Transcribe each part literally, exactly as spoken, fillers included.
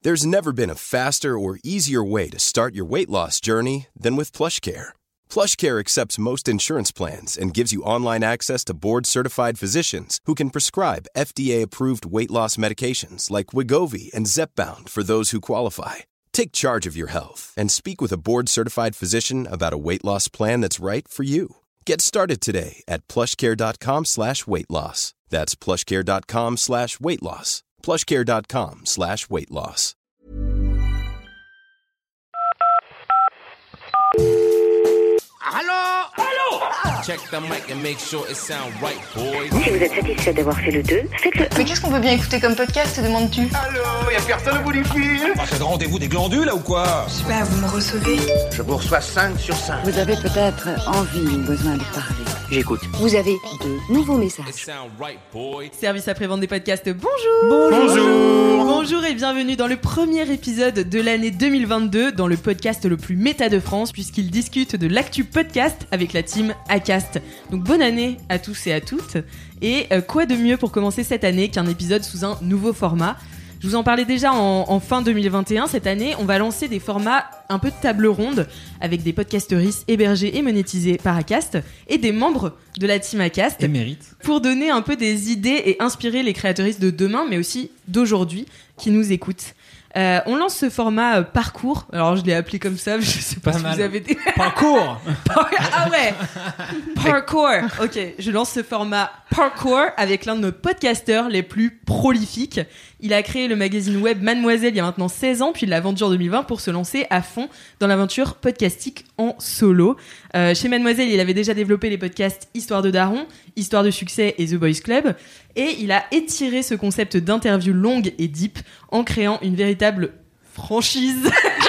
There's never been a faster or easier way to start your weight loss journey than with PlushCare. PlushCare accepts most insurance plans and gives you online access to board-certified physicians who can prescribe F D A-approved weight loss medications like Wegovy and Zepbound for those who qualify. Take charge of your health and speak with a board-certified physician about a weight loss plan that's right for you. Get started today at plushcare.com slash weight loss. That's plushcare.com slash weight loss. plushcare.com slash weight loss. Allô? Allô? Check the mic and make sure it sound right, boys. Si vous êtes satisfait d'avoir fait le deux, faites-le. Mais qu'est-ce qu'on peut bien écouter comme podcast, te demandes-tu? Allô? Y'a personne au bout du fil? Ah, c'est le rendez-vous des glandules, là, ou quoi? Je sais pas, vous me recevez? Je vous reçois cinq sur cinq. Vous avez peut-être envie ou besoin de parler. J'écoute. Vous avez de nouveaux messages. It sound right, boy. Service après-vente des podcasts, bonjour. Bonjour. Bonjour et bienvenue dans le premier épisode de l'année deux mille vingt-deux, dans le podcast le plus méta de France, puisqu'il discute de l'actu podcast avec la team Acast. Donc bonne année à tous et à toutes. Et euh, quoi de mieux pour commencer cette année qu'un épisode sous un nouveau format ? Je vous en parlais déjà en, en fin deux mille vingt et un. Cette année, on va lancer des formats un peu de table ronde avec des podcasteristes hébergés et monétisés par Acast et des membres de la team Acast Émérite. pour donner un peu des idées et inspirer les créateuristes de demain, mais aussi d'aujourd'hui qui nous écoutent. Euh, on lance ce format euh, parcours. Alors je l'ai appelé comme ça, je sais pas, Pas si mal. vous avez des... Parcours. Ah ouais. Parcours. Ok, je lance ce format parcours avec l'un de nos podcasteurs les plus prolifiques. Il a créé le magazine web Mademoiselle il y a maintenant seize ans, puis il l'a vendu en deux mille vingt pour se lancer à fond dans l'aventure podcastique en solo. Euh, chez Mademoiselle, il avait déjà développé les podcasts Histoire de Daron, Histoire de Succès et The Boys Club. Et il a étiré ce concept d'interview longue et deep en créant une véritable franchise.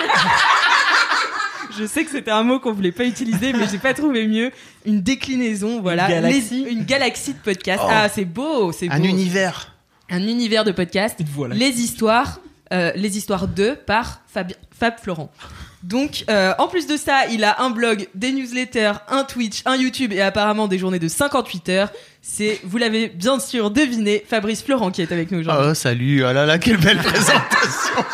Je sais que c'était un mot qu'on voulait pas utiliser, mais j'ai pas trouvé mieux. Une déclinaison, voilà. Une galaxie. Les- une galaxie de podcasts. Oh. Ah, c'est beau, c'est beau. Un univers. Un univers de podcasts. Voilà. Les histoires, euh, les histoires de par Fab, Fab Florent. Donc, euh, en plus de ça, il a un blog, des newsletters, un Twitch, un YouTube et apparemment des journées de cinquante-huit heures. C'est, vous l'avez bien sûr deviné, Fabrice Florent qui est avec nous aujourd'hui. Oh, salut. Oh là là, quelle belle présentation.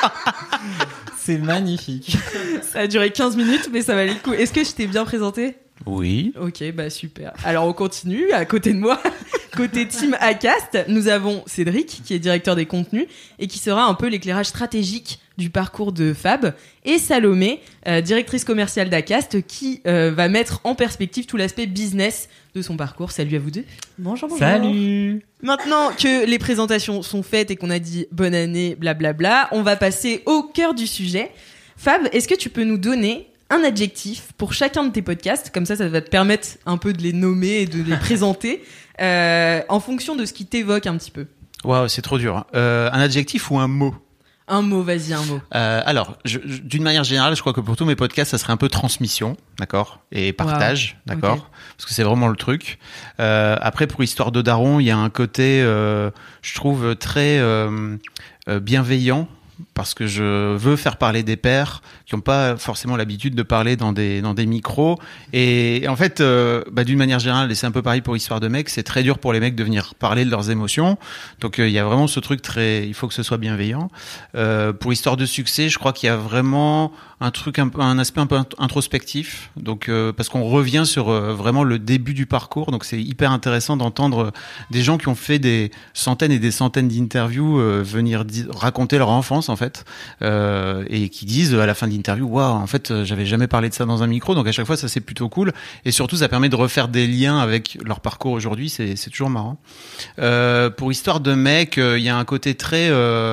C'est magnifique. Ça a duré quinze minutes, mais ça valait le coup. Est-ce que je t'ai bien présenté ? Oui. Ok, bah super. Alors on continue, à côté de moi, côté team Acast, nous avons Cédric, qui est directeur des contenus, et qui sera un peu l'éclairage stratégique du parcours de Fab, et Salomé, euh, directrice commerciale d'Acast, qui euh, va mettre en perspective tout l'aspect business de son parcours. Salut à vous deux. Bonjour, bonjour. Salut. Maintenant que les présentations sont faites et qu'on a dit bonne année, blablabla, on va passer au cœur du sujet. Fab, est-ce que tu peux nous donner un adjectif pour chacun de tes podcasts, comme ça, ça va te permettre un peu de les nommer et de les présenter euh, en fonction de ce qui t'évoque un petit peu. Waouh, c'est trop dur. Euh, un adjectif ou un mot? Un mot, vas-y, un mot. Euh, alors, je, je- d'une manière générale, je crois que pour tous mes podcasts, ça serait un peu transmission, d'accord, et partage, Wow. d'accord, Ok. parce que c'est vraiment le truc. Euh, après, pour Histoire de Daron, il y a un côté, euh, je trouve très euh, euh, bienveillant. Parce que je veux faire parler des pairs qui n'ont pas forcément l'habitude de parler dans des dans des micros. Et, et en fait, euh, bah, d'une manière générale, et c'est un peu pareil pour Histoire de mecs, c'est très dur pour les mecs de venir parler de leurs émotions. Donc euh, il y a vraiment ce truc très, il faut que ce soit bienveillant. Euh, pour Histoire de Succès, je crois qu'il y a vraiment un truc, un, peu- un aspect un peu int- introspectif. Donc euh, parce qu'on revient sur euh, vraiment le début du parcours. Donc c'est hyper intéressant d'entendre des gens qui ont fait des centaines et des centaines d'interviews euh, venir di- raconter leur enfance en fait, euh, et qui disent à la fin de l'interview, waouh, en fait, euh, j'avais jamais parlé de ça dans un micro. Donc à chaque fois, ça c'est plutôt cool, et surtout ça permet de refaire des liens avec leur parcours aujourd'hui. C'est c'est toujours marrant. Euh, pour Histoire de mec, il euh, y a un côté très, euh,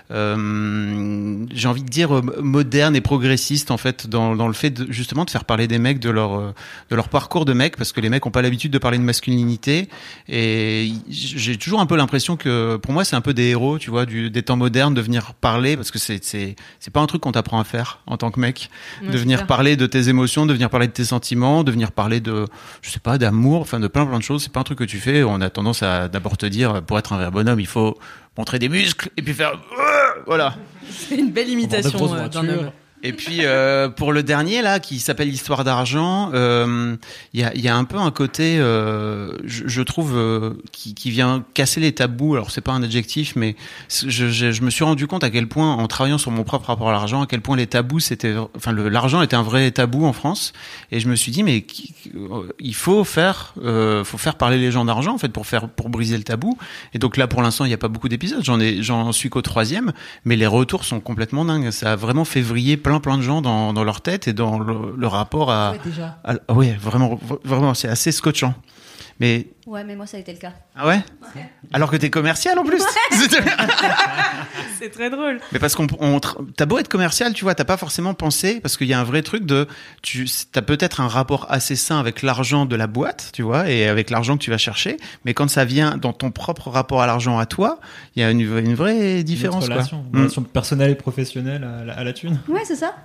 euh, j'ai envie de dire euh, moderne et progressiste en fait dans dans le fait de, justement de faire parler des mecs de leur euh, de leur parcours de mec, parce que les mecs ont pas l'habitude de parler de masculinité, et j'ai toujours un peu l'impression que pour moi c'est un peu des héros, tu vois, du, des temps modernes, de venir parler, parce que c'est c'est c'est pas un truc qu'on t'apprend à faire en tant que mec, Ouais, de c'est venir clair. parler de tes émotions, de venir parler de tes sentiments, de venir parler de, je sais pas, d'amour, enfin de plein plein de choses. C'est pas un truc que tu fais. On a tendance à d'abord te dire, pour être un vrai bonhomme, il faut montrer des muscles et puis faire, voilà. C'est une belle imitation euh, d'un homme. Et puis euh, pour le dernier là, qui s'appelle Histoire d'argent, il euh, y a, y a un peu un côté, euh, je, je trouve, euh, qui, qui vient casser les tabous. Alors c'est pas un adjectif, mais je, je, je me suis rendu compte à quel point, en travaillant sur mon propre rapport à l'argent, à quel point les tabous, c'était, enfin le, l'argent était un vrai tabou en France. Et je me suis dit, mais qui, il faut faire, euh, faut faire parler les gens d'argent en fait pour faire, pour briser le tabou. Et donc là, pour l'instant, il y a pas beaucoup d'épisodes. J'en ai, j'en suis qu'au troisième, mais les retours sont complètement dingues. Ça a vraiment fait vriller plein plein de gens dans, dans leur tête et dans le, le rapport à, Ouais, déjà. à, à ouais, vraiment, vraiment, c'est assez scotchant. Mais Ouais, mais moi, ça a été le cas. ah ouais, ouais. Alors que t'es commercial en plus. C'est très drôle. Mais parce qu'on, on, t'as beau être commercial, tu vois, t'as pas forcément pensé, parce qu'il y a un vrai truc de, tu, t'as peut-être un rapport assez sain avec l'argent de la boîte, tu vois, et avec l'argent que tu vas chercher, mais quand ça vient dans ton propre rapport à l'argent à toi, il y a une, une vraie différence, Une relation, quoi. une relation personnelle et professionnelle à la, à la thune. Ouais, c'est ça.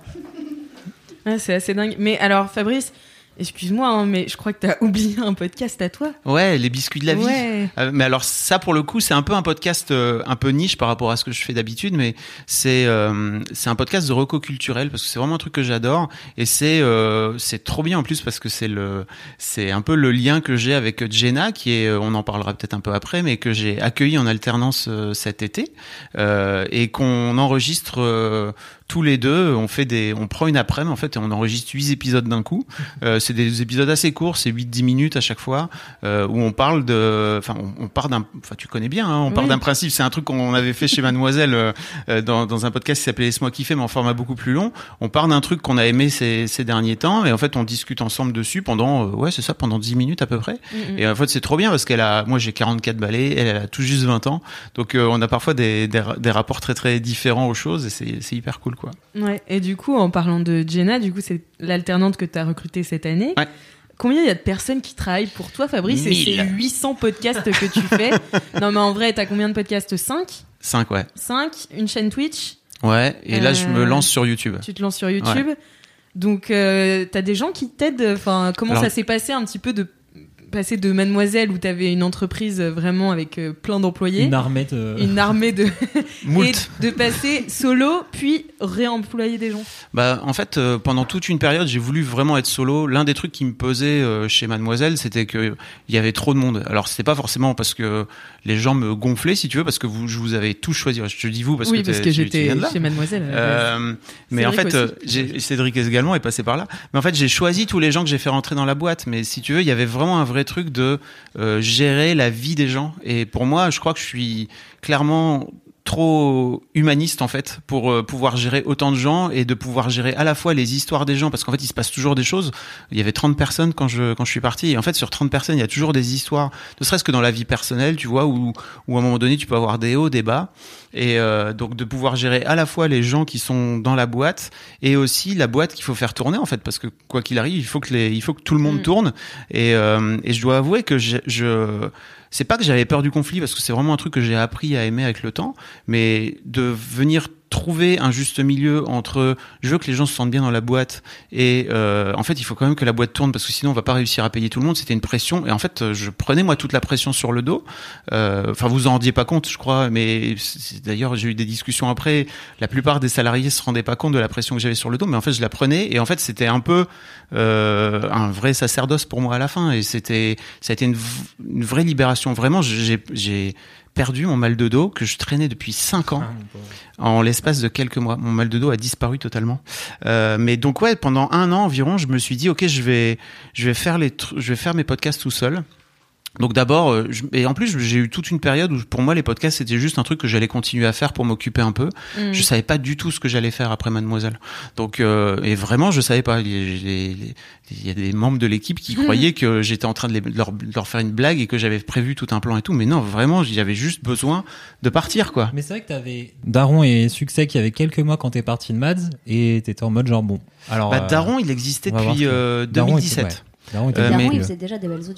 Ouais, c'est assez dingue. Mais alors, Fabrice, excuse-moi, hein, mais je crois que t'as oublié un podcast à toi. Ouais, les biscuits de la vie. Ouais. Euh, mais alors ça, pour le coup, c'est un peu un podcast euh, un peu niche par rapport à ce que je fais d'habitude, mais c'est euh, c'est un podcast de reco culturel parce que c'est vraiment un truc que j'adore et c'est euh, c'est trop bien en plus parce que c'est le c'est un peu le lien que j'ai avec Jenna qui est, on en parlera peut-être un peu après, mais que j'ai accueilli en alternance euh, cet été euh, et qu'on enregistre. Euh, tous les deux, on fait des, on prend une après-midi en fait et on enregistre huit épisodes d'un coup. Euh, c'est des épisodes assez courts, c'est huit dix minutes à chaque fois, euh, où on parle de, enfin, on, on part d'un, enfin, tu connais bien, hein, on part oui. d'un principe. C'est un truc qu'on avait fait chez Mademoiselle euh, dans, dans un podcast qui s'appelait Laisse-moi kiffer, mais en format beaucoup plus long. On part d'un truc qu'on a aimé ces, ces derniers temps et en fait on discute ensemble dessus pendant, euh, ouais, c'est ça, pendant dix minutes à peu près. Mm-hmm. Et en fait c'est trop bien parce qu'elle a, moi j'ai quarante-quatre balais, elle, elle a tout juste vingt ans, donc euh, on a parfois des, des, des rapports très très différents aux choses et c'est, c'est hyper cool. Quoi. Ouais, et du coup, en parlant de Jenna, du coup, c'est l'alternante que tu as recrutée cette année. Ouais. Combien il y a de personnes qui travaillent pour toi, Fabrice? Et c'est huit cents podcasts que tu fais. Non, mais en vrai, t'as combien de podcasts? cinq cinq, ouais. cinq Une chaîne Twitch? Ouais, et euh, là, je me lance sur YouTube. Tu te lances sur YouTube. Ouais. Donc, euh, t'as des gens qui t'aident. Enfin, comment Alors, ça s'est passé un petit peu de passer de Mademoiselle où t'avais une entreprise vraiment avec euh, plein d'employés, une armée de une armée de et de passer solo puis réemployer des gens. Bah en fait euh, pendant toute une période j'ai voulu vraiment être solo. L'un des trucs qui me pesait euh, chez Mademoiselle c'était que il y avait trop de monde. Alors c'était pas forcément parce que les gens me gonflaient si tu veux parce que vous je vous avais tous choisi. Je te dis vous parce oui, que parce que j'étais chez Mademoiselle. Euh, mais en fait euh, j'ai, Cédric également est passé par là. Mais en fait j'ai choisi tous les gens que j'ai fait rentrer dans la boîte. Mais si tu veux il y avait vraiment un vrai truc de euh, gérer la vie des gens et pour moi je crois que je suis clairement trop humaniste en fait pour euh, pouvoir gérer autant de gens et de pouvoir gérer à la fois les histoires des gens parce qu'en fait il se passe toujours des choses. Il y avait trente personnes quand je quand je suis parti et en fait sur trente personnes il y a toujours des histoires, ne serait-ce que dans la vie personnelle tu vois où où à un moment donné tu peux avoir des hauts des bas et euh, donc de pouvoir gérer à la fois les gens qui sont dans la boîte et aussi la boîte qu'il faut faire tourner en fait parce que quoi qu'il arrive il faut que les il faut que tout le monde mmh. tourne et euh, et je dois avouer que je, je c'est pas que j'avais peur du conflit parce que c'est vraiment un truc que j'ai appris à aimer avec le temps, mais de venir trouver un juste milieu entre je veux que les gens se sentent bien dans la boîte et euh, en fait il faut quand même que la boîte tourne parce que sinon on va pas réussir à payer tout le monde. C'était une pression et en fait je prenais moi toute la pression sur le dos. Euh, enfin vous en rendiez pas compte je crois, mais c'est, d'ailleurs j'ai eu des discussions après. La plupart des salariés se rendaient pas compte de la pression que j'avais sur le dos, mais en fait je la prenais et en fait c'était un peu euh, un vrai sacerdoce pour moi à la fin et c'était ça a été une, v- une vraie libération. Vraiment j'ai j'ai perdu mon mal de dos que je traînais depuis cinq ans en l'espace de quelques mois. Mon mal de dos a disparu totalement. Euh, mais donc ouais, pendant un an environ, je me suis dit ok, je vais je vais faire les tr- je vais faire mes podcasts tout seul. Donc d'abord, euh, je, et en plus j'ai eu toute une période où pour moi les podcasts c'était juste un truc que j'allais continuer à faire pour m'occuper un peu. Mmh. Je savais pas du tout ce que j'allais faire après Mademoiselle. Donc euh, et vraiment je savais pas. Il y, il y a des membres de l'équipe qui mmh. croyaient que j'étais en train de, les, de, leur, de leur faire une blague et que j'avais prévu tout un plan et tout. Mais non, vraiment j'avais juste besoin de partir quoi. Mais c'est vrai que t'avais Daron et Succès qui avait quelques mois quand t'es parti de Mads et t'étais en mode genre bon. Alors bah, euh, Daron il existait depuis euh, deux mille dix-sept. Daron était, ouais. Daron était Euh, Daron, il faisait déjà des belles audiences.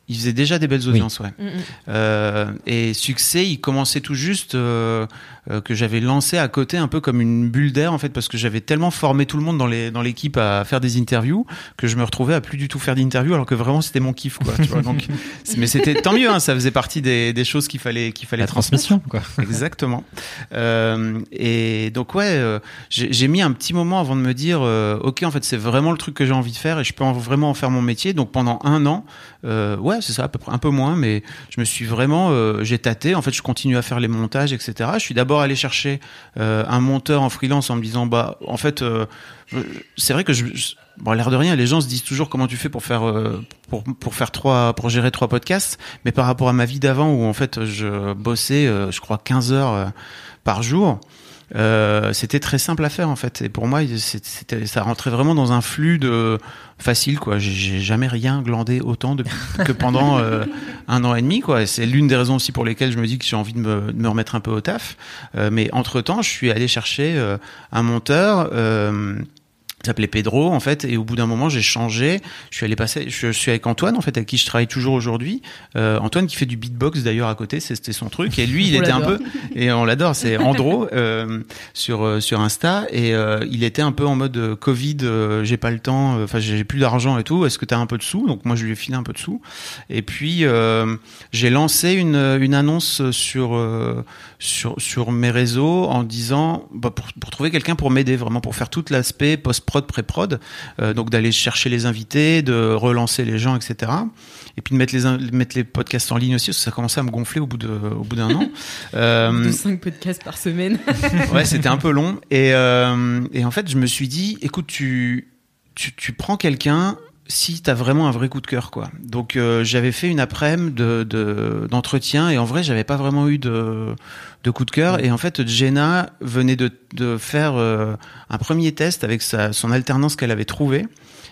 Il faisait déjà des belles audiences, ouais. Mm, mm. Euh, et Succès, il commençait tout juste euh, euh, que j'avais lancé à côté un peu comme une bulle d'air en fait, parce que j'avais tellement formé tout le monde dans les dans l'équipe à faire des interviews que je me retrouvais à plus du tout faire d'interviews alors que vraiment c'était mon kiff, quoi. Tu vois, donc, c'est- mais c'était tant mieux, hein, ça faisait partie des des choses qu'il fallait qu'il fallait La transmettre. transmission, quoi. Exactement. Euh, et donc ouais, euh, j'ai, j'ai mis un petit moment avant de me dire, euh, ok, en fait, c'est vraiment le truc que j'ai envie de faire et je peux en- vraiment en faire mon métier. Donc pendant un an, euh, ouais, c'est ça, à peu près, un peu moins, mais je me suis vraiment, euh, j'ai tâté. En fait, je continue à faire les montages, et cetera. Je suis d'abord allé chercher euh, un monteur en freelance en me disant, bah, en fait, euh, je- c'est vrai que je, je- bon, à l'air de rien, les gens se disent toujours comment tu fais pour faire euh, pour pour faire trois pour gérer trois podcasts, mais par rapport à ma vie d'avant où en fait je bossais, euh, je crois quinze heures euh, par jour. Euh, c'était très simple à faire en fait, et pour moi c'est- c'était ça rentrait vraiment dans un flux de facile, quoi. J'ai, j'ai jamais rien glandé autant depuis, que pendant euh, un an et demi, quoi. Et c'est l'une des raisons aussi pour lesquelles je me dis que j'ai envie de me, de me remettre un peu au taf. Euh, mais entre temps, je suis allé chercher euh, un monteur. Euh, Il s'appelait Pedro en fait, et au bout d'un moment j'ai changé. Je suis allé passer. Je, je suis avec Antoine en fait, avec qui je travaille toujours aujourd'hui. Euh, Antoine qui fait du beatbox d'ailleurs à côté, c'est- c'était son truc. Et lui il On était un l'adore. peu, et on l'adore. C'est Andro euh, sur euh, sur Insta, et euh, il était un peu en mode euh, Covid. euh, j'ai pas le temps. Enfin j'ai plus d'argent et tout. Est-ce que t'as un peu de sous? Donc moi je lui ai filé un peu de sous. Et puis euh, j'ai lancé une une annonce sur euh, sur sur mes réseaux en disant bah, pour pour trouver quelqu'un pour m'aider vraiment pour faire tout l'aspect post-prod, pré-prod, euh, donc d'aller chercher les invités, de relancer les gens, et cetera. Et puis de mettre les in- mettre les podcasts en ligne aussi, parce que ça commençait à me gonfler au bout de au bout d'un an. Euh, De cinq podcasts par semaine. ouais, c'était un peu long. Et, euh, et en fait, je me suis dit, écoute, tu, tu, tu prends quelqu'un si t'as vraiment un vrai coup de cœur, quoi. Donc, euh, j'avais fait une après-midi de, de, d'entretien, et en vrai, j'avais pas vraiment eu de, de coup de cœur. Et en fait, Jenna venait de, de faire euh, un premier test avec sa, son alternance qu'elle avait trouvée.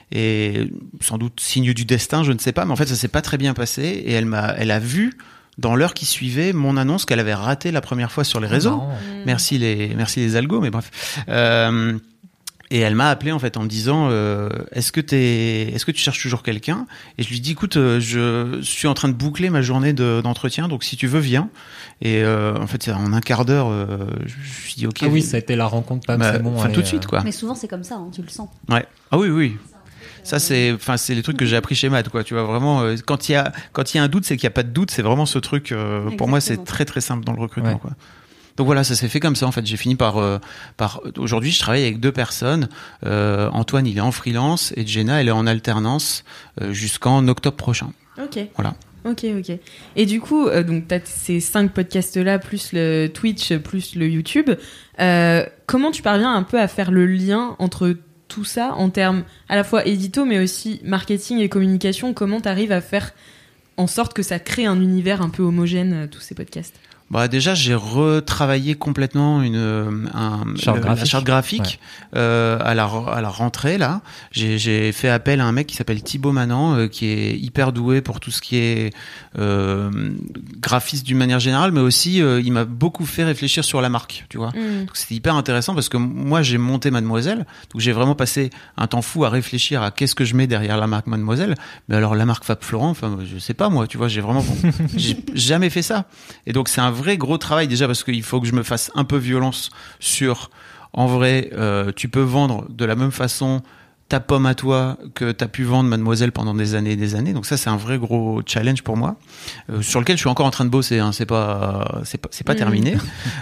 Et sans doute signe du destin, je ne sais pas, mais en fait, ça s'est pas très bien passé. Et elle m'a, elle a vu dans l'heure qui suivait mon annonce qu'elle avait ratée la première fois sur les réseaux. Marrant. Merci les, merci les algos, mais bref. Euh, et elle m'a appelé en fait en me disant euh, est-ce que t'es, est-ce que tu cherches toujours quelqu'un? Et je lui dis écoute, euh, je suis en train de boucler ma journée de, d'entretien, donc si tu veux viens. Et euh, en fait en un quart d'heure, euh, je me suis dit ok. Ah oui, ça a été la rencontre Pam, bah, c'est bon. enfin, allez, tout de suite euh, quoi. Mais souvent, c'est comme ça, hein, tu le sens. Ouais. Ah oui oui. Ça c'est, enfin c'est les trucs que j'ai appris chez Matt, quoi. Tu vois vraiment euh, quand il y a quand il y a un doute, c'est qu'il y a pas de doute. C'est vraiment ce truc. Euh, pour moi, c'est Exactement. très très simple dans le recrutement, Ouais. quoi. Donc voilà, ça s'est fait comme ça en fait. J'ai fini par euh, par aujourd'hui, je travaille avec deux personnes. Euh, Antoine, il est en freelance et Jenna, elle est en alternance euh, jusqu'en octobre prochain. Ok. Voilà. Ok, ok. Et du coup, euh, donc t'as ces cinq podcasts-là, plus le Twitch, plus le YouTube. Euh, comment tu parviens un peu à faire le lien entre tout ça en termes à la fois édito, mais aussi marketing et communication? Comment t'arrives à faire en sorte que ça crée un univers un peu homogène, euh, tous ces podcasts? Bah déjà j'ai retravaillé complètement une un, Charte le- la graphique. charte graphique euh, à la à la rentrée là. J'ai j'ai fait appel à un mec qui s'appelle Thibaut Manant euh, qui est hyper doué pour tout ce qui est euh, graphiste d'une manière générale, mais aussi euh, il m'a beaucoup fait réfléchir sur la marque, tu vois. Mm. Donc c'était hyper intéressant parce que moi j'ai monté Mademoiselle, donc j'ai vraiment passé un temps fou à réfléchir à qu'est-ce que je mets derrière la marque Mademoiselle. Mais alors la marque Fab Florent, enfin je sais pas moi, tu vois, j'ai vraiment j'ai jamais fait ça. Et donc c'est un vrai gros travail déjà parce qu'il faut que je me fasse un peu violence sur en vrai euh, tu peux vendre de la même façon ta pomme à toi que t'as pu vendre Mademoiselle pendant des années et des années. Donc ça c'est un vrai gros challenge pour moi euh, sur lequel je suis encore en train de bosser, hein. C'est pas c'est pas c'est pas Mmh. terminé.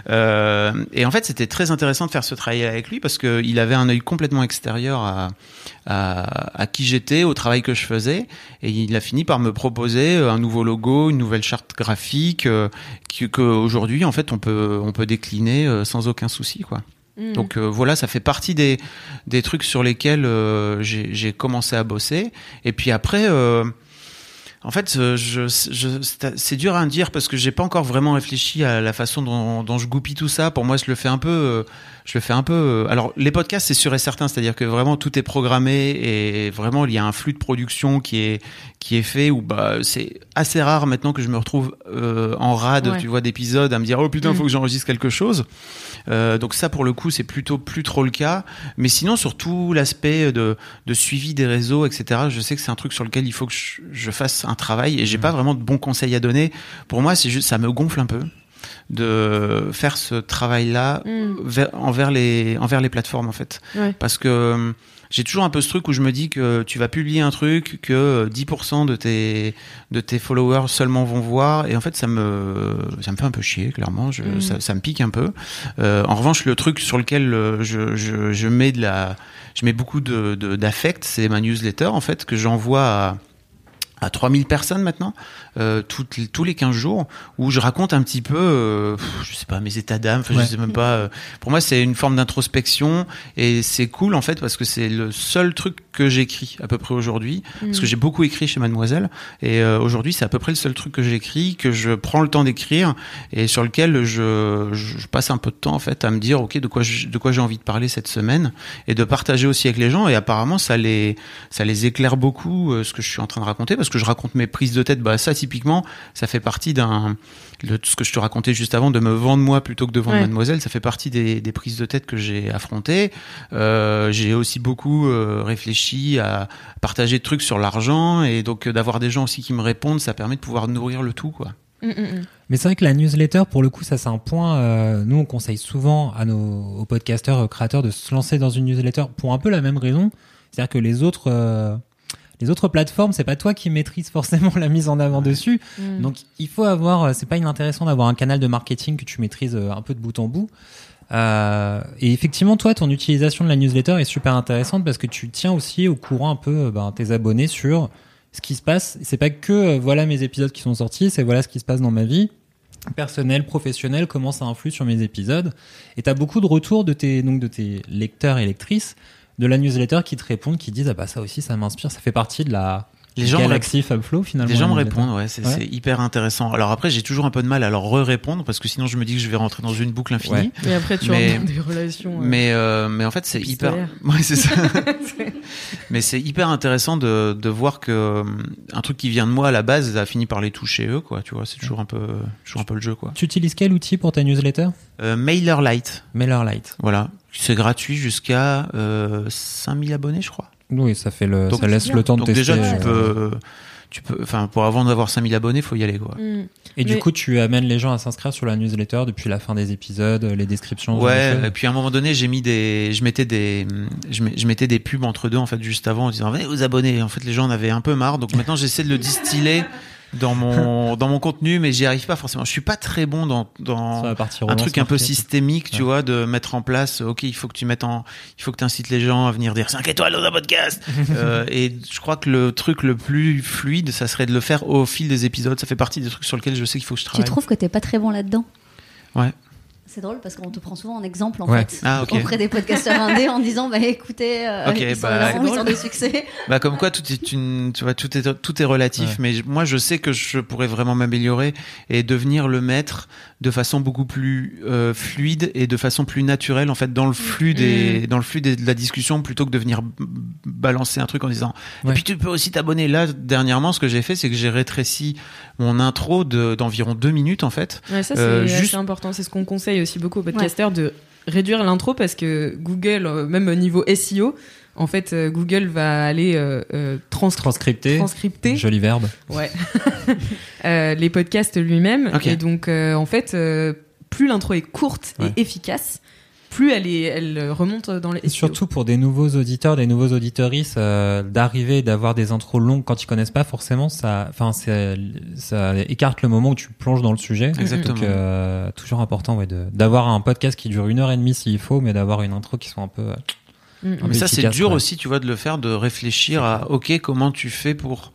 Euh, et en fait c'était très intéressant de faire ce travail avec lui parce que il avait un œil complètement extérieur à à, à qui j'étais, au travail que je faisais, et il a fini par me proposer un nouveau logo, une nouvelle charte graphique euh, que, que aujourd'hui en fait on peut on peut décliner euh, sans aucun souci, quoi. Mm. Donc euh, voilà, ça fait partie des des trucs sur lesquels euh, j'ai j'ai commencé à bosser. Et puis après, euh, en fait, euh, je, je, c'est c'est dur à dire parce que j'ai pas encore vraiment réfléchi à la façon dont, dont je goupille tout ça. Pour moi, je le fais un peu. Euh, je le fais un peu. Alors les podcasts, c'est sûr et certain, c'est-à-dire que vraiment tout est programmé et vraiment il y a un flux de production qui est qui est fait. Où bah c'est assez rare maintenant que je me retrouve euh, en rade, Ouais. tu vois, d'épisodes à me dire oh putain, Mm. faut que j'enregistre quelque chose. Euh, donc ça pour le coup, c'est plutôt plus trop le cas. Mais sinon, sur tout l'aspect de de suivi des réseaux, et cetera. Je sais que c'est un truc sur lequel il faut que je, je fasse un travail et j'ai pas vraiment de bons conseils à donner. Pour moi, c'est juste ça me gonfle un peu de faire ce travail-là Mm. vers, envers les envers les plateformes en fait, Ouais. parce que euh, j'ai toujours un peu ce truc où je me dis que tu vas publier un truc que dix pour cent de tes de tes followers seulement vont voir et en fait ça me ça me fait un peu chier clairement. Je, Mm. ça, ça me pique un peu. Euh, en revanche, le truc sur lequel euh, je, je je mets de la je mets beaucoup de, de d'affect, c'est ma newsletter en fait que j'envoie à à trois mille personnes maintenant, euh, toutes, les- tous les quinze jours, où je raconte un petit peu, euh, pff, je sais pas, mes états d'âme, enfin, Ouais. je sais même pas. euh, pour moi, c'est une forme d'introspection et c'est cool en fait parce que c'est le seul truc que j'écris à peu près aujourd'hui, parce que j'ai beaucoup écrit chez Mademoiselle et euh, aujourd'hui c'est à peu près le seul truc que j'écris, que je prends le temps d'écrire et sur lequel je, je, je passe un peu de temps en fait à me dire ok de quoi je- de quoi j'ai envie de parler cette semaine et de partager aussi avec les gens et apparemment ça les ça les éclaire beaucoup euh, ce que je suis en train de raconter parce que je raconte mes prises de tête. Bah ça typiquement ça fait partie d'un le, ce que je te racontais juste avant de me vendre moi plutôt que de vendre Ouais. Mademoiselle, ça fait partie des, des prises de tête que j'ai affrontées. Euh, j'ai aussi beaucoup euh, réfléchi à partager de trucs sur l'argent et donc euh, d'avoir des gens aussi qui me répondent, ça permet de pouvoir nourrir le tout quoi. Mm, mm, mm. Mais c'est vrai que la newsletter, pour le coup, ça c'est un point. Euh, nous, on conseille souvent à nos aux podcasteurs, aux créateurs de se lancer dans une newsletter pour un peu la même raison. C'est-à-dire que les autres, euh, les autres plateformes, c'est pas toi qui maîtrise forcément la mise en avant dessus. Mm. Donc, il faut avoir. euh, C'est pas inintéressant d'avoir un canal de marketing que tu maîtrises euh, un peu de bout en bout. Euh, et effectivement, toi, ton utilisation de la newsletter est super intéressante parce que tu tiens aussi au courant un peu euh, ben, tes abonnés sur ce qui se passe. C'est pas que euh, voilà mes épisodes qui sont sortis, c'est voilà ce qui se passe dans ma vie personnelle, professionnelle, comment ça influe sur mes épisodes. Et t'as beaucoup de retours de tes donc de tes lecteurs et lectrices de la newsletter qui te répondent, qui disent ah bah ça aussi ça m'inspire, ça fait partie de la Les gens me Galaxy Fabflow finalement. Les gens la me newsletter. répondent, ouais, c'est Ouais. c'est hyper intéressant. Alors après, j'ai toujours un peu de mal à leur re-répondre parce que sinon je me dis que je vais rentrer dans une boucle infinie. Ouais. Et après, tu Mais- rentres dans des relations. euh, Mais euh, mais en fait, c'est hyper. épistolaires. Ouais, c'est ça. Mais c'est hyper intéressant de de voir que euh, un truc qui vient de moi à la base a fini par les toucher eux, quoi. Tu vois, c'est toujours un peu toujours un peu le jeu, quoi. Tu utilises quel outil pour ta newsletter? Euh, MailerLite, MailerLite. voilà, c'est gratuit jusqu'à euh, cinq mille abonnés, je crois. Oui, ça fait le, Donc, ça laisse c'est bien. le temps de Donc tester. déjà, tu euh, peux tu peux, enfin, pour avant d'avoir cinq mille abonnés, faut y aller, quoi. mm. Et du Mais- coup, tu amènes les gens à s'inscrire sur la newsletter depuis la fin des épisodes, les descriptions. ce genre de Ouais, choses. et puis à un moment donné, j'ai mis des, je mettais des, je, met- je mettais des pubs entre deux en fait juste avant en disant venez vous abonner. En fait, les gens en avaient un peu marre, donc maintenant j'essaie de le distiller dans mon dans mon contenu, mais j'y arrive pas forcément. Je suis pas très bon dans dans Sur la partie un relance truc un peu market. systémique, tu Ouais. vois, de mettre en place. Ok, il faut que tu mettes en, il faut que tu incites les gens à venir dire cinq étoiles dans un podcast. euh, et je crois que le truc le plus fluide, ça serait de le faire au fil des épisodes. Ça fait partie des trucs sur lesquels je sais qu'il faut que je Tu travaille. trouves que t'es pas très bon là-dedans? Ouais. C'est drôle parce qu'on te prend souvent en exemple en Ouais. fait Ah, ok. auprès des podcasteurs indés en disant bah écoutez euh, Ok, ils sont, bah, ils sont de succès. Bah comme quoi tout est une, tu vois, tout est tout est relatif. Ouais. Mais j- moi je sais que je pourrais vraiment m'améliorer et devenir le maître de façon beaucoup plus euh, fluide et de façon plus naturelle en fait dans le flux des dans le flux des- de la discussion plutôt que de venir b- balancer un truc en disant Ouais. et puis tu peux aussi t'abonner. Là dernièrement ce que j'ai fait c'est que j'ai rétréci mon intro de d'environ deux minutes en fait. Ouais, ça c'est Euh, assez juste- important. C'est ce qu'on conseille aussi beaucoup aux podcasteurs de réduire l'intro parce que Google, euh, même au niveau S E O, en fait, euh, Google va aller euh, euh, trans- Transcripté. transcripter Joli verbe. ouais. euh, les podcasts lui-même. Ok. Et donc, euh, en fait, euh, plus l'intro est courte Ouais. et efficace, plus elle, est, elle remonte dans les Et S E O. surtout pour des nouveaux auditeurs, des nouveaux auditorices, euh, d'arriver, d'avoir des intros longues quand ils connaissent pas forcément, ça, enfin, c'est- ça écarte le moment où tu plonges dans le sujet. Exactement. Donc, euh, toujours important, ouais, de, d'avoir un podcast qui dure une heure et demie s'il faut, mais d'avoir une intro qui soit un peu. euh, Mm, mm. un peu Mais ça c'est efficace, dur ouais. aussi tu vois de le faire, de réfléchir à ok comment tu fais pour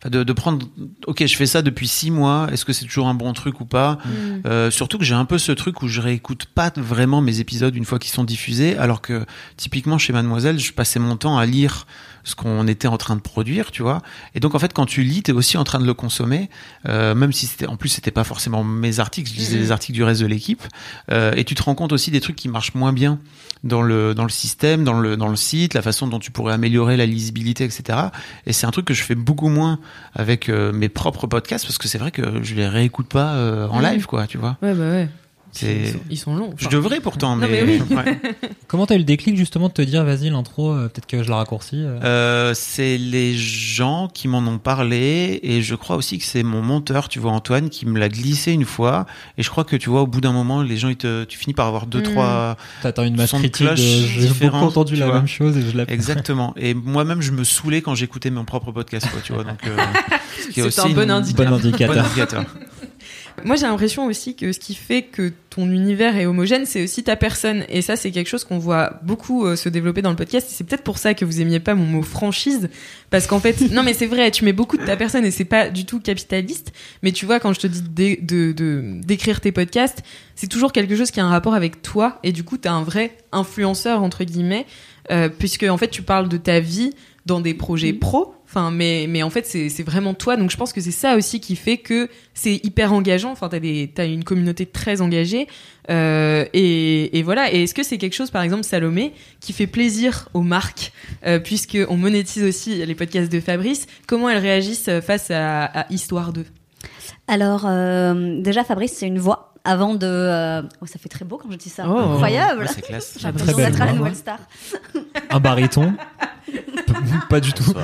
de, de prendre, ok, je fais ça depuis six mois, est-ce que c'est toujours un bon truc ou pas? Mm. euh, Surtout que j'ai un peu ce truc où je réécoute pas vraiment mes épisodes une fois qu'ils sont diffusés, alors que typiquement chez Mademoiselle, je passais mon temps à lire ce qu'on était en train de produire, tu vois. Et donc en fait, quand tu lis, t'es aussi en train de le consommer, euh, même si c'était, en plus c'était pas forcément mes articles, je lisais Mm. les articles du reste de l'équipe, euh, et tu te rends compte aussi des trucs qui marchent moins bien dans le dans le système, dans le dans le site, la façon dont tu pourrais améliorer la lisibilité, et cetera. Et c'est un truc que je fais beaucoup moins avec euh, mes propres podcasts, parce que c'est vrai que je les réécoute pas euh, en Mmh. live, quoi, tu vois. Ouais, bah ouais. C'est... Ils sont, ils sont longs. Je enfin. devrais pourtant, Non, mais, mais oui. ouais. Comment t'as eu le déclic justement de te dire vas-y l'intro, euh, peut-être que je la raccourcis euh. Euh, c'est les gens qui m'en ont parlé, et je crois aussi que c'est mon monteur, tu vois, Antoine, qui me l'a glissé une fois. Et je crois que tu vois, au bout d'un moment, les gens, ils te, tu finis par avoir deux, Mmh. trois. T'attends une masse Son de critique de cloche j'ai beaucoup différente, entendu tu la vois. même chose et je l'ai Exactement. Et moi-même, je me saoulais quand j'écoutais mon propre podcast, quoi, tu vois. Donc, euh, ce qui est C'est aussi un bon une- indicateur. bon indicateur. bon indicateur. Moi, j'ai l'impression aussi que ce qui fait que ton univers est homogène, c'est aussi ta personne. Et ça, c'est quelque chose qu'on voit beaucoup euh, se développer dans le podcast. Et c'est peut-être pour ça que vous aimiez pas mon mot franchise. Parce qu'en fait, non, mais c'est vrai, tu mets beaucoup de ta personne et c'est pas du tout capitaliste. Mais tu vois, quand je te dis d'é- de, de, d'écrire tes podcasts, c'est toujours quelque chose qui a un rapport avec toi. Et du coup, t'es un vrai influenceur, entre guillemets. Euh, puisque, en fait, tu parles de ta vie dans des projets pro. Enfin, mais, mais en fait, c'est, c'est vraiment toi. Donc, je pense que c'est ça aussi qui fait que c'est hyper engageant. Enfin, t'as des, t'as une communauté très engagée. Euh, et, et voilà. Et est-ce que c'est quelque chose, par exemple, Salomé, qui fait plaisir aux marques, euh, puisque on monétise aussi les podcasts de Fabrice. Comment elles réagissent face à, à Histoire deux? Alors, euh, déjà, Fabrice, c'est une voix. Avant de... euh, Oh, ça fait très beau quand je dis ça. Oh. Incroyable. Ouais, c'est classe. J'ai Très l'impression belle d'être à la voix, nouvelle ouais. star. Un baryton. Pas du tout.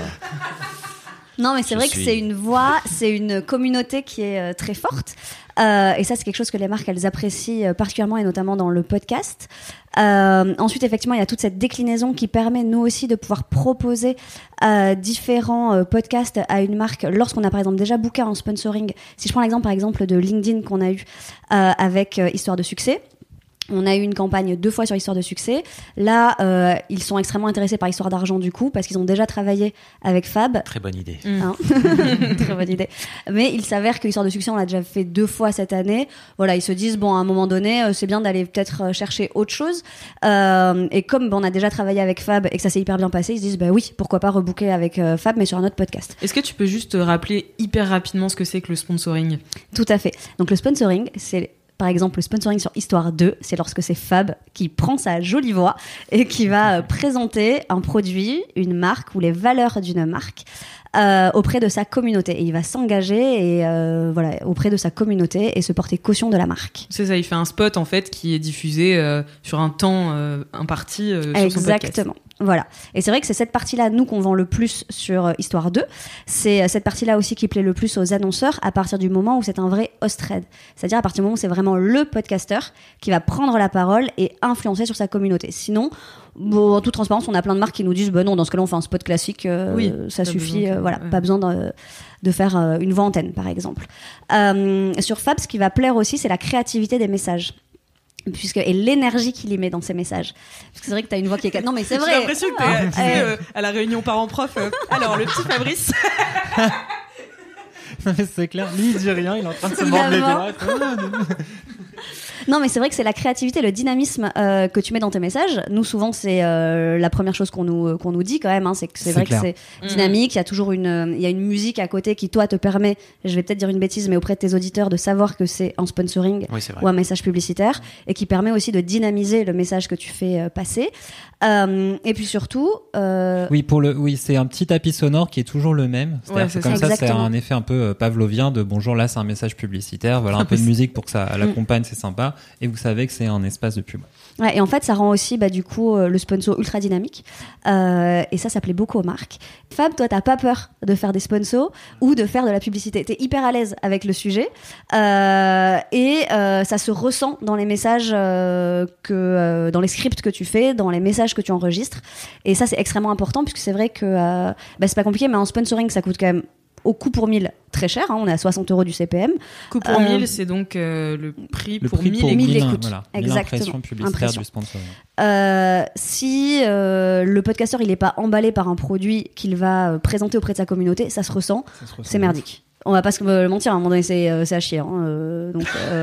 Non, mais c'est Je vrai suis- que c'est une voix, c'est une communauté qui est euh, très forte. Euh, et ça, c'est quelque chose que les marques, elles apprécient euh, particulièrement, et notamment dans le podcast. Euh, ensuite, effectivement, il y a toute cette déclinaison qui permet, nous aussi, de pouvoir proposer euh, différents euh, podcasts à une marque lorsqu'on a, par exemple, déjà booké en sponsoring. Si je prends l'exemple, par exemple, de LinkedIn qu'on a eu euh, avec euh, Histoire de succès. On a eu une campagne deux fois sur Histoire de succès. Là, euh, ils sont extrêmement intéressés par Histoire d'argent du coup, parce qu'ils ont déjà travaillé avec Fab. Très bonne idée. Hein Très bonne idée. Mais il s'avère que Histoire de succès, on l'a déjà fait deux fois cette année. Voilà, ils se disent, bon, à un moment donné, euh, c'est bien d'aller peut-être euh, chercher autre chose. Euh, et comme bon, on a déjà travaillé avec Fab et que ça s'est hyper bien passé, ils se disent, bah oui, pourquoi pas rebooker avec euh, Fab, mais sur un autre podcast. Est-ce que tu peux juste rappeler hyper rapidement ce que c'est que le sponsoring? Tout à fait. Donc le sponsoring, c'est par exemple le sponsoring sur Histoire deux, c'est lorsque c'est Fab qui prend sa jolie voix et qui va euh, présenter un produit, une marque ou les valeurs d'une marque euh, auprès de sa communauté. Et il va s'engager et euh, voilà auprès de sa communauté et se porter caution de la marque. C'est ça, il fait un spot en fait qui est diffusé euh, sur un temps euh, imparti euh, sur son podcast. Exactement. Voilà. Et c'est vrai que c'est cette partie-là, nous, qu'on vend le plus sur euh, Histoire deux. C'est euh, cette partie-là aussi qui plaît le plus aux annonceurs à partir du moment où c'est un vrai host-read. C'est-à-dire à partir du moment où c'est vraiment le podcasteur qui va prendre la parole et influencer sur sa communauté. Sinon, bon, en toute transparence, on a plein de marques qui nous disent bah non, dans ce cas-là, on fait un spot classique, euh, Oui, ça pas suffit, besoin euh, que- voilà, ouais. pas besoin de, de faire euh, une voix antenne, par exemple. Euh, sur Fab, ce qui va plaire aussi, c'est la créativité des messages. Puisque, et l'énergie qu'il y met dans ses messages. Parce que c'est vrai que t'as une voix qui est... Non, mais c'est vrai. J'ai l'impression que t'es Ah, tu sais, eh. euh, à la réunion parents-prof. euh, alors, le petit Fabrice. C'est clair. Lui, il dit rien, il est en train de se Il mordre les avance. doigts. Non, mais c'est vrai que c'est la créativité, le dynamisme euh, que tu mets dans tes messages. Nous, souvent, c'est euh, la première chose qu'on nous qu'on nous dit quand même. Hein, c'est que c'est C'est vrai clair. que c'est dynamique. Il y a toujours une euh, il y a une musique à côté qui toi te permet. Je vais peut-être dire une bêtise, mais auprès de tes auditeurs de savoir que c'est en sponsoring Oui, c'est vrai. ou un message publicitaire et qui permet aussi de dynamiser le message que tu fais euh, passer. Euh, et puis surtout, euh, Oui, pour le, oui, c'est un petit tapis sonore qui est toujours le même. C'est-à-dire Ouais, que c'est comme ça. ça, c'est Exactement. un effet un peu euh, pavlovien de bonjour, là, c'est un message publicitaire. Voilà, un peu de musique pour que ça l'accompagne, c'est sympa. Et vous savez que c'est un espace de pub. Ouais, et en fait, ça rend aussi bah, du coup euh, le sponsor ultra dynamique. Euh, et ça, ça plaît beaucoup aux marques. Fab, toi, t'as pas peur de faire des sponsors ou de faire de la publicité. T'es hyper à l'aise avec le sujet. Euh, et euh, ça se ressent dans les messages, euh, que, euh, dans les scripts que tu fais, dans les messages que tu enregistres. Et ça, c'est extrêmement important puisque c'est vrai que euh, bah, c'est pas compliqué, mais en sponsoring, ça coûte quand même au coût pour mille très cher, hein, on est à soixante euros du C P M. Coût pour Euh, mille, c'est donc euh, le prix Le pour prix mille pour écoutes. mille mille, écoutes. voilà, mille Exactement. impressions publicitaires Impressions. du sponsor. Euh, si euh, le podcasteur il n'est pas emballé par un produit qu'il va euh, présenter auprès de sa communauté, ça se ressent, c'est merdique. On va pas se euh, mentir, à un moment donné c'est, euh, c'est à chier. Hein, euh, donc, euh...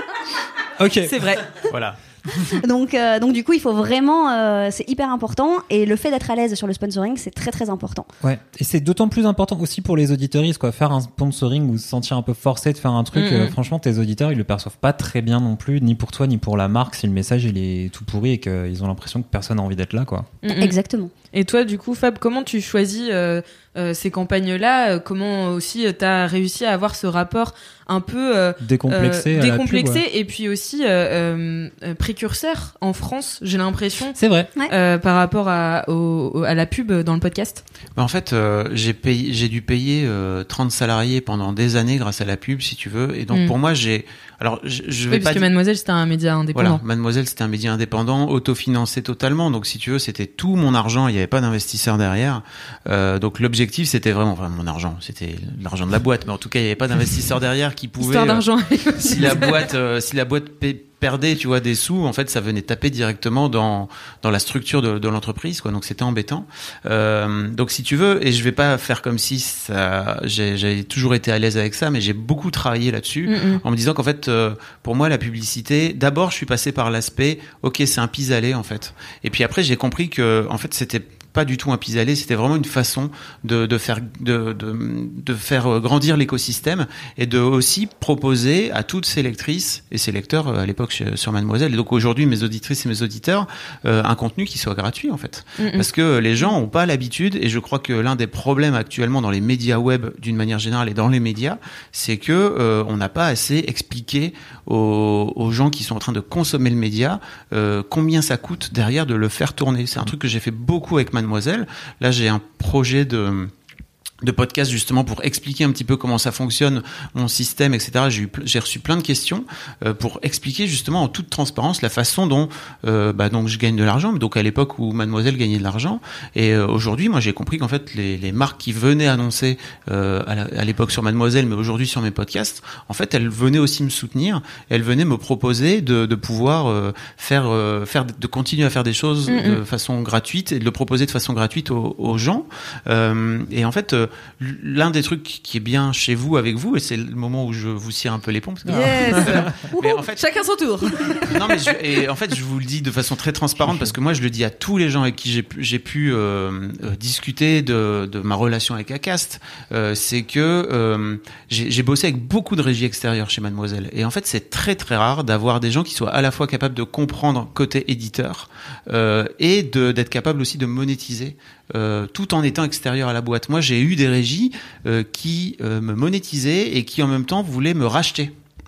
Ok. C'est vrai. Voilà. donc, euh, donc du coup il faut vraiment, euh, c'est hyper important et le fait d'être à l'aise sur le sponsoring c'est très très important. Ouais. Et c'est d'autant plus important aussi pour les auditeuristes, quoi. Faire un sponsoring ou se sentir un peu forcé de faire un truc, Mm-hmm. euh, franchement, tes auditeurs, ils le perçoivent pas très bien non plus, ni pour toi, ni pour la marque, si le message, il est tout pourri et qu'ils ont l'impression que personne n'a envie d'être là, quoi. Mm-mm. Exactement. Et toi, du coup, Fab, comment tu choisis euh, euh, ces campagnes-là euh, Comment aussi tu as réussi à avoir ce rapport un peu euh, Décomplexé. euh, à la décomplexé pub, ouais. et puis aussi euh, euh, précurseur en France, j'ai l'impression, C'est vrai. euh, par rapport à, au, au- à la pub dans le podcast. Bah, en fait, euh, j'ai payé, j'ai dû payer euh, trente salariés pendant des années grâce à la pub, si tu veux. Et donc Mm. pour moi, j'ai, alors je, je vais Oui, pas parce que dire- Mademoiselle, c'était un média indépendant. Voilà, Mademoiselle, c'était un média indépendant, autofinancé totalement. Donc, si tu veux, c'était tout mon argent. Il n'y avait pas d'investisseur derrière. Euh, donc, l'objectif, c'était vraiment, enfin, mon argent. C'était l'argent de la boîte. Mais en tout cas, il n'y avait pas d'investisseur derrière qui pouvait. Histoire d'argent. euh, si la boîte, euh, si la boîte paie- perdait, tu vois, des sous, en fait, ça venait taper directement dans dans la structure de, de l'entreprise, quoi. Donc, c'était embêtant. Euh, donc, si tu veux, et je vais pas faire comme si ça, j'ai, j'ai toujours été à l'aise avec ça, mais j'ai beaucoup travaillé là-dessus. Mm-mm. En me disant qu'en fait, euh, pour moi, la publicité, d'abord, je suis passé par l'aspect, ok, c'est un pis-aller, en fait. Et puis après, j'ai compris que, en fait, c'était pas du tout un pis-aller, c'était vraiment une façon de, de faire, de, de, de faire grandir l'écosystème et de aussi proposer à toutes ces lectrices et ces lecteurs, euh, à l'époque chez- sur Mademoiselle, et donc aujourd'hui, mes auditrices et mes auditeurs, euh, un contenu qui soit gratuit, en fait. Mm-mm. Parce que les gens ont pas l'habitude, et je crois que l'un des problèmes actuellement dans les médias web, d'une manière générale, et dans les médias, c'est que euh, on n'a pas assez expliqué aux, aux gens qui sont en train de consommer le média euh, combien ça coûte derrière de le faire tourner. C'est un truc que j'ai fait beaucoup avec Mademoiselle. Là, j'ai un projet de de podcast justement pour expliquer un petit peu comment ça fonctionne, mon système, et cetera. J'ai eu, ple- j'ai reçu plein de questions euh, pour expliquer justement en toute transparence la façon dont euh, bah, donc je gagne de l'argent. Donc à l'époque où Mademoiselle gagnait de l'argent, et euh, aujourd'hui, moi j'ai compris qu'en fait les, les marques qui venaient annoncer euh, à, la- à l'époque sur Mademoiselle, mais aujourd'hui sur mes podcasts, en fait elles venaient aussi me soutenir, elles venaient me proposer de, de pouvoir euh, faire euh, faire de continuer à faire des choses Mm-mm. de façon gratuite et de le proposer de façon gratuite aux, aux gens. Euh, et en fait euh, l'un des trucs qui est bien chez vous, avec vous, et c'est le moment où je vous cire un peu les pompes. Yes. Mais en fait, Chacun son tour. non, mais je, et en fait, je vous le dis de façon très transparente parce que moi, je le dis à tous les gens avec qui j'ai pu, j'ai pu euh, euh, discuter de, de ma relation avec Acast, euh, c'est que euh, j'ai, j'ai bossé avec beaucoup de régies extérieures chez Mademoiselle. Et en fait, c'est très très rare d'avoir des gens qui soient à la fois capables de comprendre côté éditeur euh, et de, d'être capables aussi de monétiser euh, tout en étant extérieur à la boîte. Moi, j'ai eu des régies euh, qui euh, me monétisaient et qui en même temps voulaient me racheter.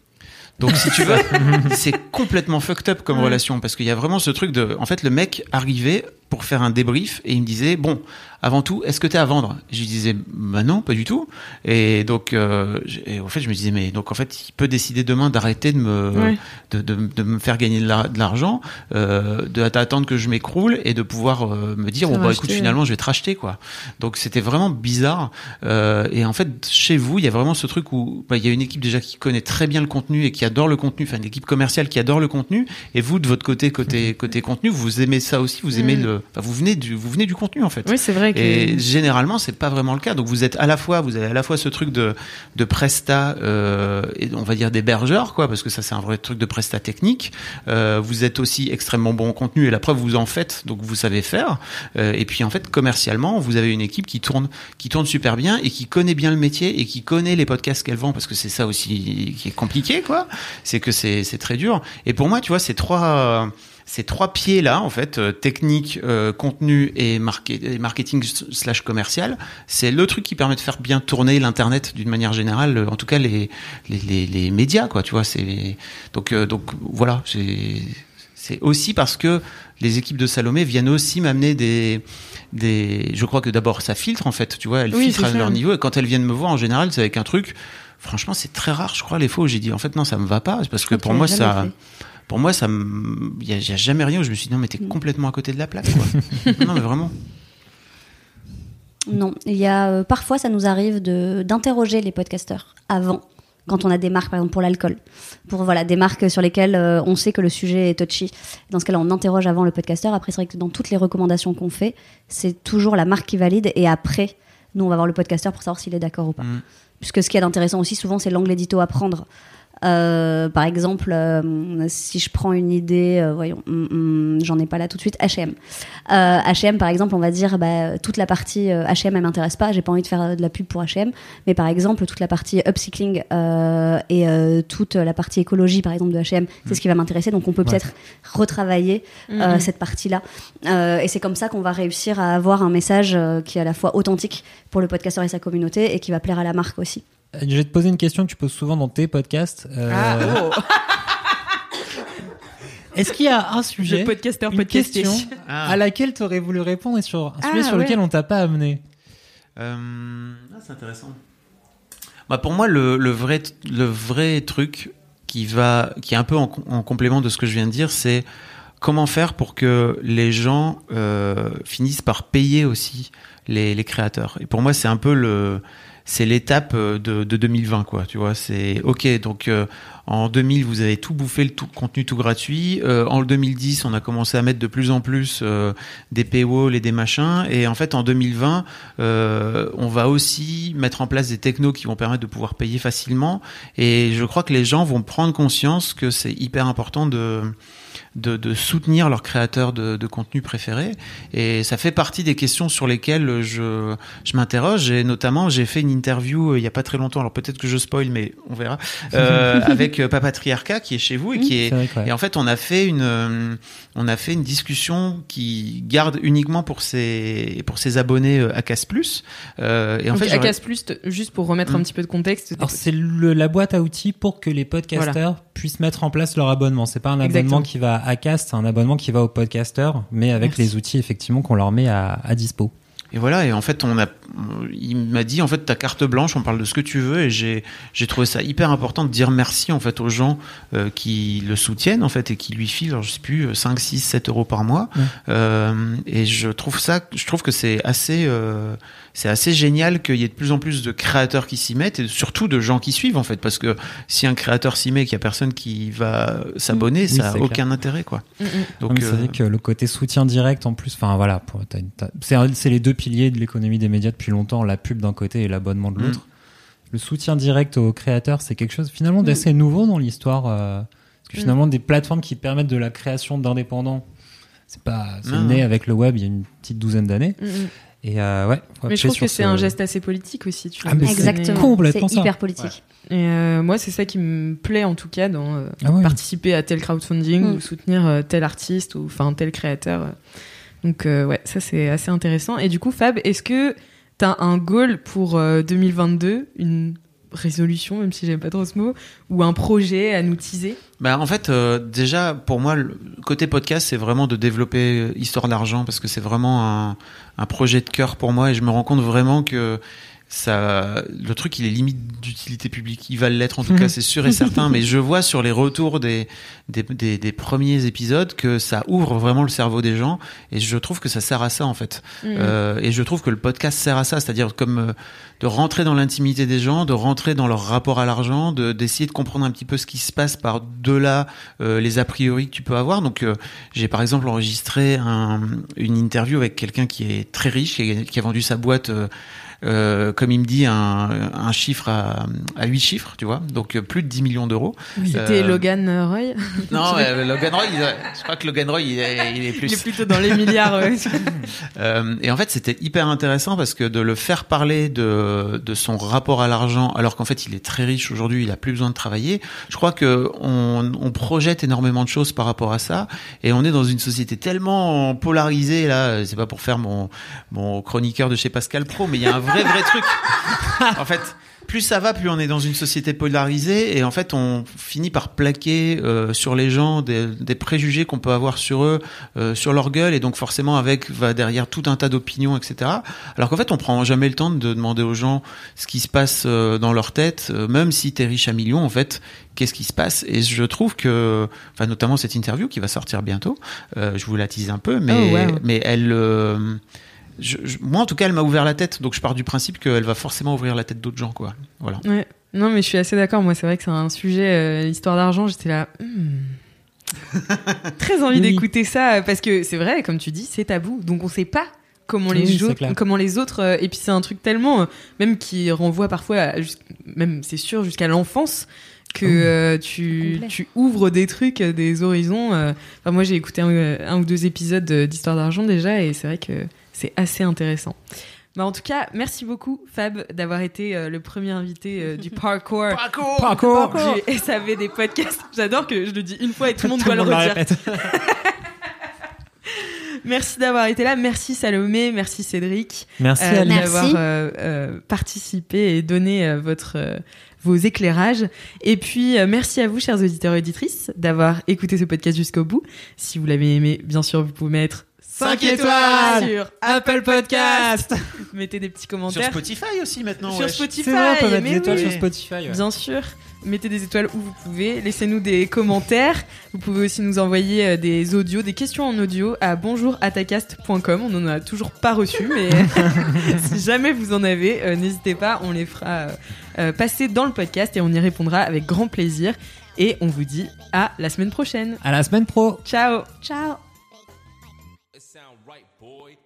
Donc si tu veux, c'est complètement fucked up comme Ouais. relation parce qu'il y a vraiment ce truc de, en fait, le mec arrivait pour faire un débrief et il me disait bon, avant tout, est-ce que t'es à vendre? Je lui disais bah non, pas du tout. Et donc, euh, et en fait, je me disais mais donc en fait, il peut décider demain d'arrêter de me Ouais. de, de, de me faire gagner de, la- de l'argent, euh, de d'attendre que je m'écroule et de pouvoir euh, me dire Se bon bah racheter, écoute, ouais. finalement, je vais te racheter quoi. Donc c'était vraiment bizarre. Euh, et en fait, chez vous, il y a vraiment ce truc où bah, il y a une équipe déjà qui connaît très bien le contenu et qui adore le contenu, enfin une équipe commerciale qui adore le contenu. Et vous, de votre côté, côté côté contenu, vous aimez ça aussi, vous aimez Mm. le, enfin, vous venez du vous venez du contenu en fait. Oui, c'est vrai que. Et généralement, c'est pas vraiment le cas. Donc, vous êtes à la fois, vous avez à la fois ce truc de de presta, euh, et on va dire d'hébergeur, quoi, parce que ça, c'est un vrai truc de presta technique. Euh, vous êtes aussi extrêmement bon en contenu, et la preuve, vous en faites, donc vous savez faire. Euh, et puis, en fait, commercialement, vous avez une équipe qui tourne, qui tourne super bien et qui connaît bien le métier et qui connaît les podcasts qu'elle vend, parce que c'est ça aussi qui est compliqué, quoi. C'est que c'est c'est très dur. Et pour moi, tu vois, ces trois Ces trois pieds-là, en fait, euh, technique, euh, contenu et, market- et marketing slash commercial, c'est le truc qui permet de faire bien tourner l'internet d'une manière générale, euh, en tout cas les les, les, les médias, quoi. Tu vois, c'est donc euh, donc voilà, c'est c'est aussi parce que les équipes de Salomé viennent aussi m'amener des des. Je crois que d'abord ça filtre en fait, tu vois, elles Oui, filtrent c'est à leur ça. niveau et quand elles viennent me voir en général, c'est avec un truc. Franchement, c'est très rare, je crois, les fois où j'ai dit en fait non, ça me va pas, c'est parce que Ok, pour moi jamais ça. fait. Pour moi, ça, il y, a- y a jamais rien où je me suis dit non mais t'es complètement à côté de la plaque, quoi. Non mais vraiment. Non, il y a euh, parfois ça nous arrive de d'interroger les podcasteurs avant, quand on a des marques par exemple pour l'alcool, pour voilà des marques sur lesquelles euh, on sait que le sujet est touchy. Dans ce cas-là, on interroge avant le podcasteur. Après, c'est vrai que dans toutes les recommandations qu'on fait, c'est toujours la marque qui valide et après, nous on va voir le podcasteur pour savoir s'il est d'accord ou pas. Mmh. Puisque ce qui est intéressant aussi souvent, c'est l'angle édito à prendre. Euh, par exemple, euh, si je prends une idée, euh, voyons, mm, mm, j'en ai pas là tout de suite, H et M. Euh, H et M, par exemple, on va dire, bah, toute la partie euh, H et M, elle m'intéresse pas, j'ai pas envie de faire de la pub pour H et M, mais par exemple, toute la partie upcycling euh, et euh, toute la partie écologie, par exemple, de H et M, c'est mmh. ce qui va m'intéresser, donc on peut peut-être ouais. retravailler euh, mmh. cette partie-là. Euh, et c'est comme ça qu'on va réussir à avoir un message euh, qui est à la fois authentique pour le podcasteur et sa communauté et qui va plaire à la marque aussi. Je vais te poser une question que tu poses souvent dans tes podcasts. Euh... Ah, oh. Est-ce qu'il y a un sujet, le podcasteur une podcasté. question ah. à laquelle tu aurais voulu répondre et sur un sujet ah, sur ouais. lequel on t'a pas amené euh... ah, c'est intéressant. Bah, pour moi, le, le, vrai, le vrai truc qui, va, qui est un peu en, en complément de ce que je viens de dire, c'est comment faire pour que les gens euh, finissent par payer aussi les, les créateurs. Et pour moi, c'est un peu le... c'est l'étape de, de deux mille vingt, quoi. Tu vois, c'est ok. Donc euh, en deux mille, vous avez tout bouffé, le tout, contenu tout gratuit. Euh, en deux mille dix, on a commencé à mettre de plus en plus euh, des paywalls et des machins. Et en fait, en deux mille vingt, euh, on va aussi mettre en place des technos qui vont permettre de pouvoir payer facilement. Et je crois que les gens vont prendre conscience que c'est hyper important de De, de soutenir leurs créateurs de, de contenu préférés. Et ça fait partie des questions sur lesquelles je, je m'interroge. Et notamment, j'ai fait une interview euh, il n'y a pas très longtemps, alors peut-être que je spoil, mais on verra, euh, avec euh, Papatriarca, qui est chez vous. Et, qui est, c'est vrai que, ouais. et en fait, on a fait une, euh, on a fait une discussion qui garde uniquement pour ses, pour ses abonnés euh, Acast Plus. Euh, et en Donc, fait, Acast Plus, juste pour remettre mmh. un petit peu de contexte. Alors, c'est le, la boîte à outils pour que les podcasteurs voilà. puissent mettre en place leur abonnement. C'est pas un abonnement Exactement. qui va à Acast, c'est un abonnement qui va aux podcasteurs, mais avec Merci. les outils effectivement qu'on leur met à, à dispo. Et voilà, et en fait, on a, il m'a dit, en fait, ta carte blanche, on parle de ce que tu veux, et j'ai, j'ai trouvé ça hyper important de dire merci, en fait, aux gens euh, qui le soutiennent, en fait, et qui lui filent, alors, je sais plus, cinq, six, sept euros par mois. Ouais. Euh, et je trouve ça, je trouve que c'est assez, euh, c'est assez génial qu'il y ait de plus en plus de créateurs qui s'y mettent, et surtout de gens qui suivent, en fait, parce que si un créateur s'y met et qu'il y a personne qui va s'abonner, oui, ça a aucun clair. intérêt, quoi. Mm-hmm. Donc, oui, euh... c'est vrai que le côté soutien direct, en plus, enfin, voilà, pour, t'as, t'as, c'est, c'est les deux piliers de l'économie des médias depuis longtemps, la pub d'un côté et l'abonnement de l'autre. Mmh. Le soutien direct aux créateurs, c'est quelque chose finalement d'assez mmh. nouveau dans l'histoire. Euh, parce que finalement, mmh. des plateformes qui permettent de la création d'indépendants, c'est pas, c'est mmh. né avec le web il y a une petite douzaine d'années. Mmh. Et euh, ouais. Mais je trouve que c'est ce... un geste assez politique aussi. Tu vois, ah, mais exactement. C'est complètement c'est ça. hyper politique. Ouais. Et euh, moi, c'est ça qui me plaît en tout cas dans euh, ah, ouais. participer à tel crowdfunding mmh. ou soutenir euh, tel artiste ou enfin tel créateur. Euh. Donc euh, ouais, ça c'est assez intéressant. Et du coup, Fab, est-ce que t'as un goal pour euh, deux mille vingt-deux, une résolution, même si j'aime pas trop ce mot, ou un projet à nous teaser ? Bah en fait, euh, déjà pour moi, le côté podcast, c'est vraiment de développer Histoire d'argent, parce que c'est vraiment un, un projet de cœur pour moi, et je me rends compte vraiment que ça, le truc, il est limite d'utilité publique. Il va l'être en tout cas, c'est sûr et certain. Mais je vois sur les retours des, des, des, des premiers épisodes que ça ouvre vraiment le cerveau des gens. Et je trouve que ça sert à ça, en fait. Mmh. Euh, et je trouve que le podcast sert à ça. C'est-à-dire comme euh, de rentrer dans l'intimité des gens, de rentrer dans leur rapport à l'argent, de, d'essayer de comprendre un petit peu ce qui se passe par-delà euh, les a priori que tu peux avoir. Donc, euh, j'ai par exemple enregistré un, une interview avec quelqu'un qui est très riche, qui a, qui a vendu sa boîte... Euh, Euh, comme il me dit, un, un chiffre à, à huit chiffres, tu vois, donc plus de dix millions d'euros. C'était euh... Logan Roy. Non, euh, Logan Roy, il, je crois que Logan Roy, il est, il est plus. Il est plutôt dans les milliards. Ouais. euh, et en fait, c'était hyper intéressant parce que de le faire parler de, de son rapport à l'argent, alors qu'en fait, il est très riche aujourd'hui, il a plus besoin de travailler. Je crois que on, on projette énormément de choses par rapport à ça, et on est dans une société tellement polarisée là. C'est pas pour faire mon mon chroniqueur de chez Pascal Pro, mais il y a un vrai vrai truc. En fait, plus ça va, plus on est dans une société polarisée, et en fait, on finit par plaquer euh, sur les gens des, des préjugés qu'on peut avoir sur eux, euh, sur leur gueule, et donc forcément avec va derrière tout un tas d'opinions, et cetera. Alors qu'en fait, on prend jamais le temps de demander aux gens ce qui se passe euh, dans leur tête, euh, même si t'es riche à millions, en fait. Qu'est-ce qui se passe ? Et je trouve que, enfin, notamment cette interview qui va sortir bientôt, euh, je vous la tease un peu, mais oh, wow. mais elle. Euh, je, je- moi, en tout cas, elle m'a ouvert la tête. Donc, je pars du principe qu'elle va forcément ouvrir la tête d'autres gens, quoi. Voilà. Ouais. Non, mais je suis assez d'accord. Moi, c'est vrai que c'est un sujet, euh, l'histoire d'argent. J'étais là. hmm. Très envie Oui. d'écouter ça parce que c'est vrai, comme tu dis, c'est tabou. Donc, on sait pas comment les, Oui, jo- c'est clair. comment les autres. euh, et puis, c'est un truc tellement. euh, même qui renvoie parfois, à jus- même, c'est sûr, jusqu'à l'enfance. Que euh, tu, Complet. tu ouvres des trucs, euh, des horizons. euh. Enfin, moi, j'ai écouté un, euh, un ou deux épisodes euh, d'Histoire d'argent déjà, et c'est vrai que c'est assez intéressant. Bah, en tout cas, merci beaucoup, Fab, d'avoir été euh, le premier invité euh, du parkour. Parkour. Du S A V des podcasts. J'adore que je le dis une fois et tout le monde Tout doit le le monde la redire. répète. Merci d'avoir été là. Merci Salomé. Merci Cédric. Merci euh, Ali. Merci. d'avoir euh, euh, participé et donné euh, votre, euh, vos éclairages. Et puis, euh, merci à vous, chers auditeurs et auditrices, d'avoir écouté ce podcast jusqu'au bout. Si vous l'avez aimé, bien sûr, vous pouvez mettre cinq étoiles sur Apple Podcast. Mettez des petits Sur commentaires. Spotify aussi, maintenant. Sur wesh. Spotify. C'est vrai, on peut mettre mais des étoiles oui. sur Spotify. ouais. Bien sûr, mettez des étoiles où vous pouvez, laissez-nous des commentaires. Vous pouvez aussi nous envoyer euh, des audios, des questions en audio à bonjour atacast point com. On n'en a toujours pas reçu, mais si jamais vous en avez, euh, n'hésitez pas, on les fera euh, euh, passer dans le podcast et on y répondra avec grand plaisir. Et on vous dit à la semaine prochaine. À la semaine pro. Ciao. Ciao. It sound right, boy.